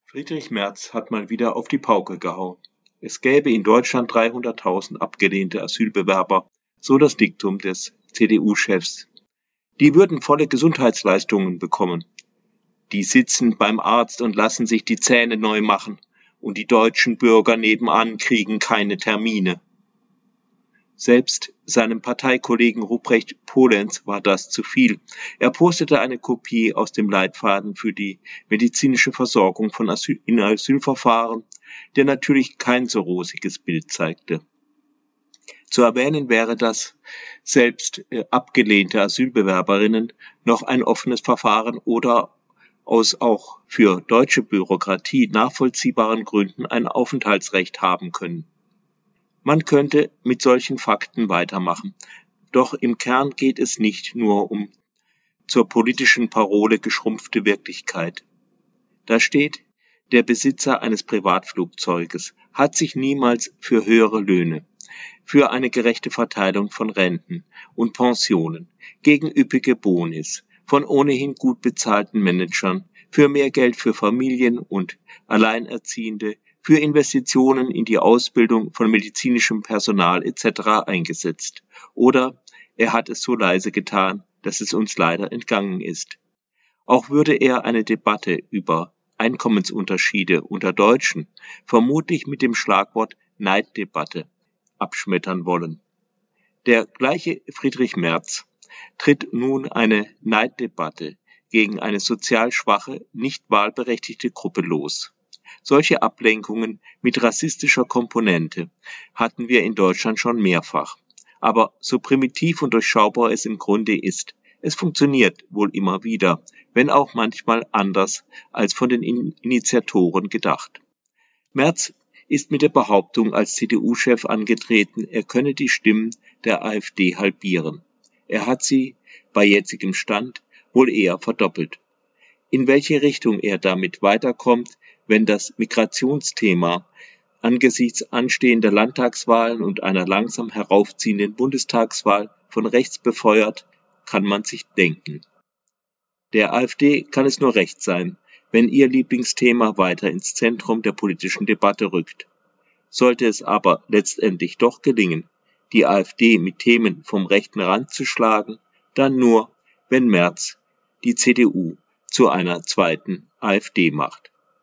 Friedrich Merz hat mal wieder auf die Pauke gehauen. Es gäbe in Deutschland 300.000 abgelehnte Asylbewerber, so das Diktum des CDU-Chefs. Die würden volle Gesundheitsleistungen bekommen. Die sitzen beim Arzt und lassen sich die Zähne neu machen, und die deutschen Bürger nebenan kriegen keine Termine. Selbst seinem Parteikollegen Ruprecht Polenz war das zu viel. Er postete eine Kopie aus dem Leitfaden für die medizinische Versorgung in Asylverfahren, der natürlich kein so rosiges Bild zeigte. Zu erwähnen wäre, dass selbst abgelehnte Asylbewerberinnen noch ein offenes Verfahren oder aus auch für deutsche Bürokratie nachvollziehbaren Gründen ein Aufenthaltsrecht haben können. Man könnte mit solchen Fakten weitermachen, doch im Kern geht es nicht nur um zur politischen Parole geschrumpfte Wirklichkeit. Da steht, der Besitzer eines Privatflugzeuges hat sich niemals für höhere Löhne, für eine gerechte Verteilung von Renten und Pensionen, gegen üppige Bonis, von ohnehin gut bezahlten Managern, für mehr Geld für Familien und Alleinerziehende, für Investitionen in die Ausbildung von medizinischem Personal etc. eingesetzt. Oder er hat es so leise getan, dass es uns leider entgangen ist. Auch würde er eine Debatte über Einkommensunterschiede unter Deutschen vermutlich mit dem Schlagwort Neiddebatte abschmettern wollen. Der gleiche Friedrich Merz tritt nun eine Neiddebatte gegen eine sozial schwache, nicht wahlberechtigte Gruppe los. Solche Ablenkungen mit rassistischer Komponente hatten wir in Deutschland schon mehrfach. Aber so primitiv und durchschaubar es im Grunde ist, es funktioniert wohl immer wieder, wenn auch manchmal anders als von den Initiatoren gedacht. Merz ist mit der Behauptung als CDU-Chef angetreten, er könne die Stimmen der AfD halbieren. Er hat sie, bei jetzigem Stand, wohl eher verdoppelt. In welche Richtung er damit weiterkommt, wenn das Migrationsthema angesichts anstehender Landtagswahlen und einer langsam heraufziehenden Bundestagswahl von rechts befeuert, kann man sich denken. Der AfD kann es nur recht sein, wenn ihr Lieblingsthema weiter ins Zentrum der politischen Debatte rückt. Sollte es aber letztendlich doch gelingen, die AfD mit Themen vom rechten Rand zu schlagen, dann nur, wenn Merz die CDU zu einer zweiten AfD macht.